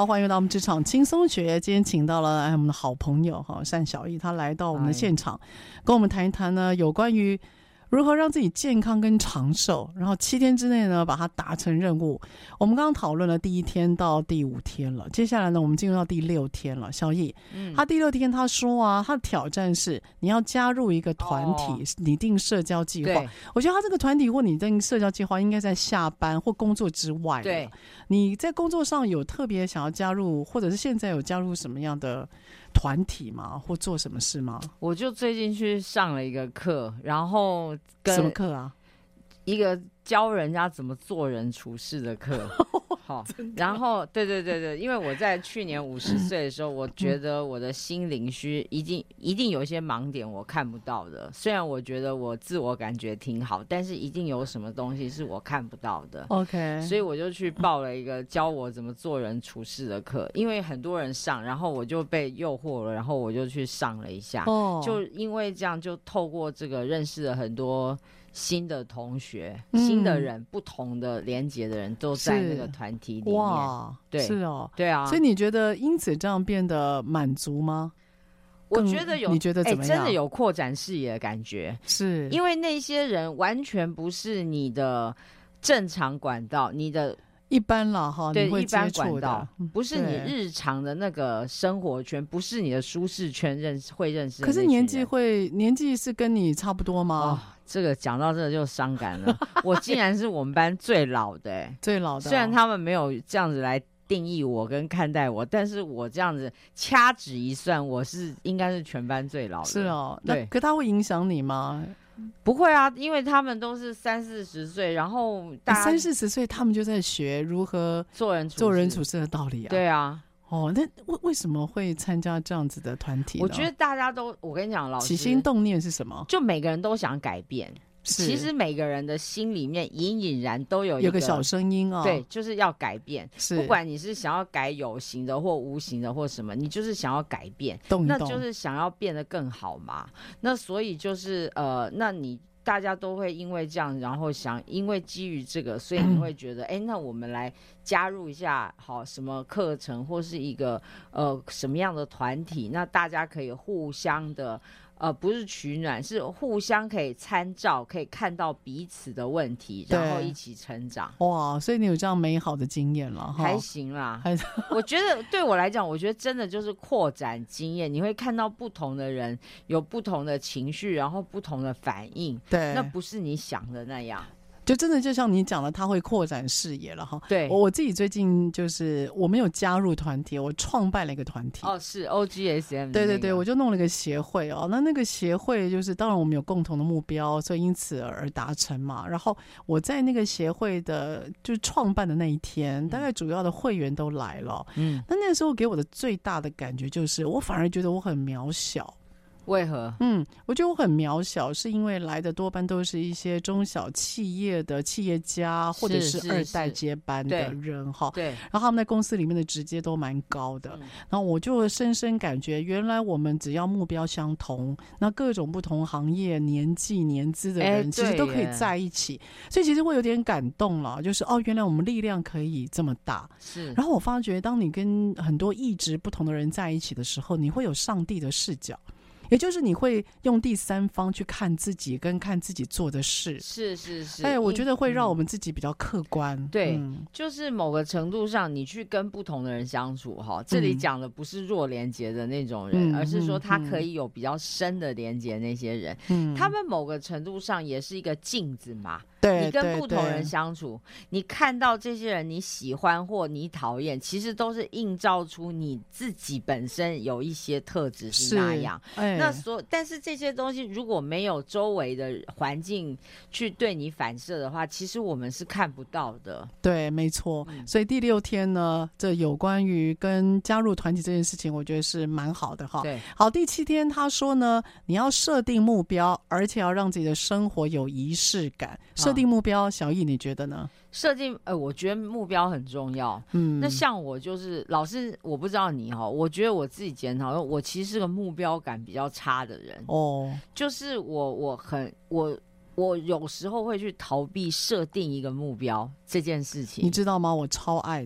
S6: 好，欢迎到我们职场轻松学。今天请到了我们的好朋友单小艺，他来到我们的现场，跟我们谈一谈呢有关于如何让自己健康跟长寿，然后7天之内呢把它达成任务。我们刚刚讨论了第1天到第5天了，接下来呢我们进入到第6天了。小艺，他第6天他说啊，他的挑战是你要加入一个团体，拟定社交计划。我觉得他这个团体或拟定社交计划应该在下班或工作之外。对，你在工作上有特别想要加入，或者是现在有加入什么样的团体吗？或做什么事吗？
S7: 我就最近去上了一个课，然后
S6: 什么课啊？
S7: 一个教人家怎么做人处事的课。好，然后对，因为我在去年50岁的时候，我觉得我的心灵一定有一些盲点我看不到的。虽然我觉得我自我感觉挺好，但是一定有什么东西是我看不到的。OK， 所以我就去报了一个教我怎么做人处事的课，因为很多人上，然后我就被诱惑了，然后我就去上了一下。就因为这样，就透过这个认识了很多新的同学、新的人，不同的连结的人都在那个团体里面。哇，对，是哦，对啊。
S6: 所以你觉得因此这样变得满足吗？
S7: 我觉得有，
S6: 你觉得怎么样？
S7: 真的有扩展视野的感觉，
S6: 是
S7: 因为那些人完全不是你的正常管道，你的。
S6: 一般啦哈，
S7: 对，
S6: 你会
S7: 一般
S6: 接触的，
S7: 不是你日常的那个生活圈，不是你的舒适圈会认识的。
S6: 可是年纪是跟你差不多吗？
S7: 这个讲到这就伤感了。我竟然是我们班最老的，
S6: 最老的。
S7: 虽然他们没有这样子来定义我跟看待我，但是我这样子掐指一算，我应该是全班最老的。
S6: 是哦，对。可他会影响你吗？
S7: 不会啊，因为他们都是30-40岁，然后
S6: 30-40岁，他们就在学如何做人处事的道理啊。
S7: 对啊，
S6: 那为什么会参加这样子的团体呢？
S7: 我觉得大家都，我跟你讲，老师
S6: 起心动念是什么？
S7: 就每个人都想改变。其实每个人的心里面隐隐然都有
S6: 个小声音啊，
S7: 对，就是要改变。不管你是想要改有形的或无形的或什么，你就是想要改变，那就是想要变得更好嘛。那所以就是那你大家都会因为这样，然后因为基于这个，所以你会觉得，那我们来加入一下好什么课程或是一个什么样的团体，那大家可以互相的。不是取暖，是互相可以参照，可以看到彼此的问题，然后一起成长。
S6: 哇，所以你有这样美好的经验了，
S7: 还行啦。我觉得对我来讲，我觉得真的就是扩展经验，你会看到不同的人有不同的情绪，然后不同的反应。对，那不是你想的那样。
S6: 就真的就像你讲的，他会扩展视野了哈。
S7: 对，
S6: 我自己最近就是我没有加入团体，我创办了一个团体。
S7: 是 OGSM。
S6: 对，我就弄了一个协会哦。那个协会就是当然我们有共同的目标，所以因此而达成嘛。然后我在那个协会的就创办的那一天，大概主要的会员都来了。那时候给我的最大的感觉就是，我反而觉得我很渺小。
S7: 为何？
S6: 我觉得我很渺小，是因为来的多半都是一些中小企业的企业家，或者是2代接班的人哈。对，然后他们在公司里面的职阶都蛮高的。然后我就深深感觉，原来我们只要目标相同，那各种不同行业、年纪、年资的人，其实都可以在一起。所以其实会有点感动了，就是原来我们力量可以这么大。是。然后我发觉，当你跟很多意志不同的人在一起的时候，你会有上帝的视角。也就是你会用第三方去看自己跟看自己做的事，是，我觉得会让我们自己比较客观。
S7: 对，就是某个程度上，你去跟不同的人相处哈，这里讲的不是弱连结的那种人，而是说他可以有比较深的连结那些人，他们某个程度上也是一个镜子嘛。对，你跟不同人相处，你看到这些人你喜欢或你讨厌，其实都是映照出你自己本身有一些特质是那样。但是这些东西如果没有周围的环境去对你反射的话，其实我们是看不到的。
S6: 对，没错。所以第6天呢，这有关于跟加入团体这件事情，我觉得是蛮好的哈。对，好，第7天他说呢，你要设定目标，而且要让自己的生活有仪式感。设定目标，小易你觉得呢？
S7: 设定我觉得目标很重要。那像我就是老师，我不知道你我觉得我自己检讨，我其实是个目标感比较差的人。就是我有时候会去逃避设定一个目标这件事情。
S6: 你知道吗？我超爱的。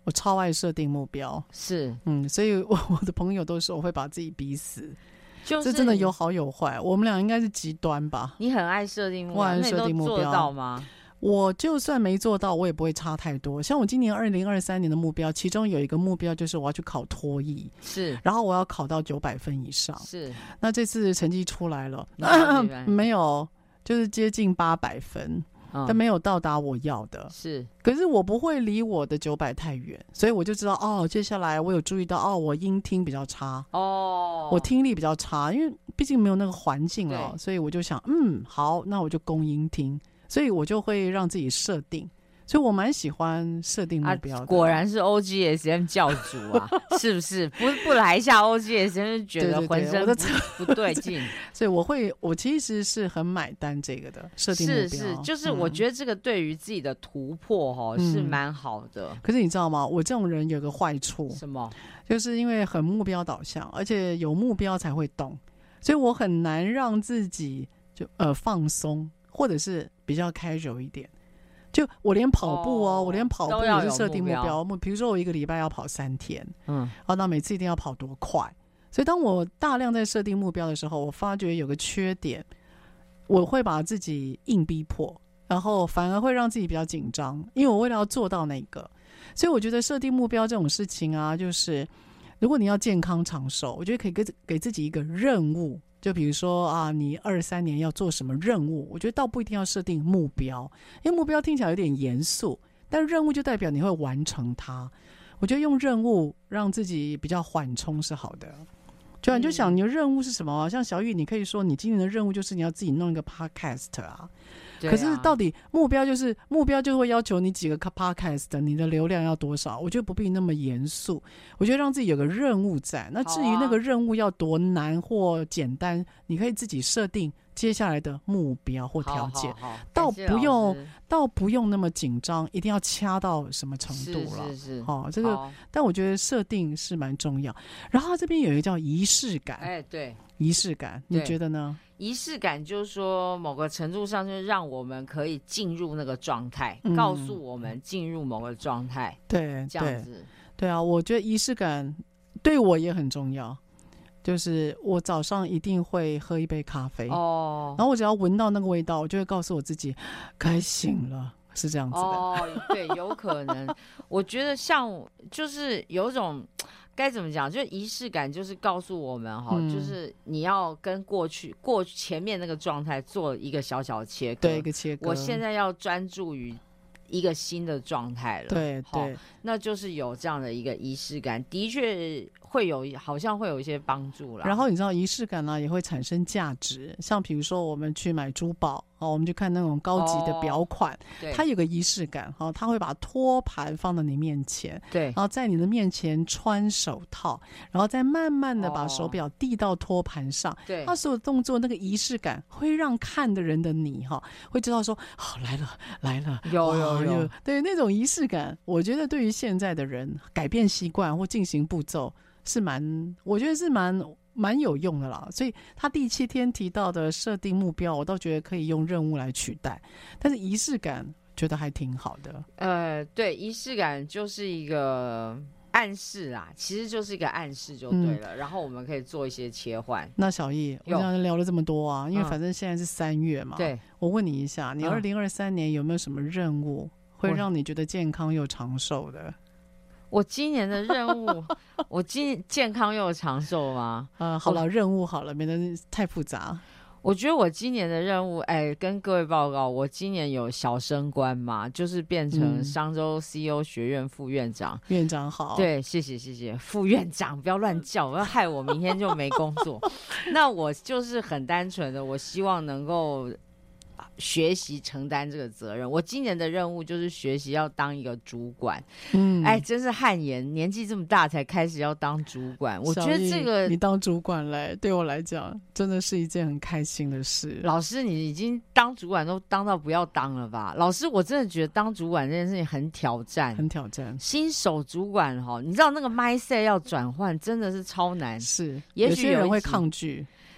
S6: 我超爱设定目标，
S7: 是，
S6: 所以我的朋友都说我会把自己逼死，
S7: 就是
S6: 这真的有好有坏。我们俩应该是极端吧？
S7: 你很爱设定目标，
S6: 我很设定目标，
S7: 那你都做得到吗？
S6: 我就算没做到，我也不会差太多。像我今年2023年的目标，其中有一个目标就是我要去考托译，
S7: 是，
S6: 然后我要考到900分以上，
S7: 是。
S6: 那这次成绩出来了，没有，就是接近800分。但没有到达我要的，
S7: 是。
S6: 可是我不会离我的900太远，所以我就知道接下来我有注意到我音听比较差，我听力比较差，因为毕竟没有那个环境了，所以我就想好，那我就攻音听，所以我就会让自己设定。所以我蛮喜欢设定目标的。
S7: 果然是 OGSM 教主啊，是不是？不来一下 OGSM 就觉得浑身不对劲。
S6: 所以我其实是很买单这个的设定目标。
S7: 是，就是我觉得这个对于自己的突破是蛮好的。
S6: 可是你知道吗？我这种人有个坏处，
S7: 什么？
S6: 就是因为很目标导向，而且有目标才会动，所以我很难让自己就放松，或者是比较casual一点。就我连跑步我连跑步也是设定目标，比如说我1个礼拜要跑3天，那每次一定要跑多快。所以当我大量在设定目标的时候，我发觉有个缺点，我会把自己硬逼迫，然后反而会让自己比较紧张，因为我为了要做到那个。所以我觉得设定目标这种事情啊，就是如果你要健康长寿，我觉得可以给自己一个任务。就比如说你23年要做什么任务，我觉得倒不一定要设定目标，因为目标听起来有点严肃，但任务就代表你会完成它。我觉得用任务让自己比较缓冲是好的。你就想你的任务是什么？像小雨，你可以说你今年的任务就是你要自己弄一个 podcast 啊。可是到底目标就会要求你几个 podcast， 你的流量要多少？我觉得不必那么严肃，我觉得让自己有个任务在。那至于那个任务要多难或简单，你可以自己设定接下来的目标或条件，倒不用那么紧张，一定要掐到什么程度了。
S7: 是
S6: 这个，但我觉得设定是蛮重要。然后他这边有一个叫仪式感，
S7: 对，
S6: 仪式感，你觉得呢？
S7: 仪式感就是说，某个程度上就是让我们可以进入那个状态，告诉我们进入某个状态。
S6: 对，
S7: 这样子。
S6: 对啊，我觉得仪式感对我也很重要。就是我早上一定会喝一杯咖啡，然后我只要闻到那个味道，我就会告诉我自己该醒了，是这样子的。
S7: 对，有可能。我觉得就是有一种。该怎么讲？就是仪式感，就是告诉我们就是你要跟过前面那个状态做一个小小的切割。
S6: 对，一个切割。
S7: 我现在要专注于一个新的状态了。
S6: 对，
S7: 那就是有这样的一个仪式感，的确好像会有一些帮助啦。
S6: 然后你知道仪式感呢也会产生价值，像比如说我们去买珠宝。我们就看那种高级的表款，它有个仪式感，它会把托盘放到你面前，
S7: 对，
S6: 然后在你的面前穿手套，然后再慢慢的把手表递到托盘上，
S7: 对，
S6: 它所有动作那个仪式感会让看的人的你会知道说来了，
S7: 有，
S6: 对，那种仪式感，我觉得对于现在的人改变习惯或进行步骤我觉得是蛮有用的啦。所以他第7天提到的设定目标，我倒觉得可以用任务来取代，但是仪式感觉得还挺好的。
S7: 对，仪式感就是一个暗示啦，其实就是一个暗示就对了，然后我们可以做一些切换。
S6: 那小易，我刚才聊了这么多啊，因为反正现在是3月嘛，对，我问你一下，你2023年有没有什么任务会让你觉得健康又长寿的？
S7: 我今年的任务，我健康又长寿吗？
S6: 好了，任务好了，免得太复杂。
S7: 我觉得我今年的任务，跟各位报告，我今年有小升官嘛，就是变成商周 CEO 学院副院长。
S6: 院长好。
S7: 对，谢谢，副院长不要乱叫，我要害我明天就没工作。那我就是很单纯的，我希望能够学习承担这个责任。我今年的任务就是学习要当一个主管。真是汗颜，年纪这么大才开始要当主管。我觉得这个
S6: 你当主管嘞，对我来讲真的是一件很开心的事。
S7: 老师，你已经当主管都当到不要当了吧？老师，我真的觉得当主管这件事情很挑战，新手主管你知道那个 mindset 要转换真的是超难。
S6: 是，有些人会抗拒。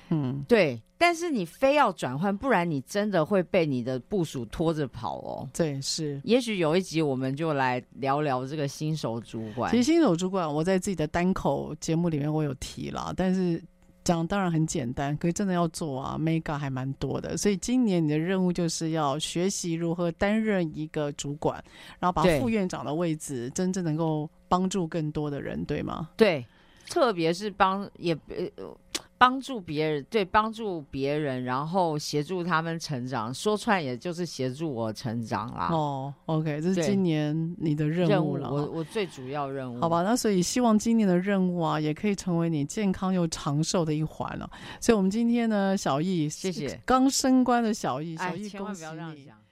S7: 对，但是你非要转换，不然你真的会被你的部属拖着跑哦。
S6: 对，是。
S7: 也许有一集我们就来聊聊这个新手主管。
S6: 其实新手主管我在自己的单口节目里面我有提啦，但是讲当然很简单，可是真的要做啊 mega 还蛮多的。所以今年你的任务就是要学习如何担任一个主管，然后把副院长的位置真正能够帮助更多的人，对吗？
S7: 对，特别是帮助别人，对，帮助别人，然后协助他们成长，说穿也就是协助我成长啦。
S6: 哦 OK， 这是今年你的任务了。
S7: 我最主要任务。
S6: 好吧，那所以希望今年的任务啊，也可以成为你健康又长寿的一环了。所以我们今天呢，小易，
S7: 谢谢。
S6: 刚升官的小易，小易
S7: 千万不要这样
S6: 恭喜你。
S7: 讲。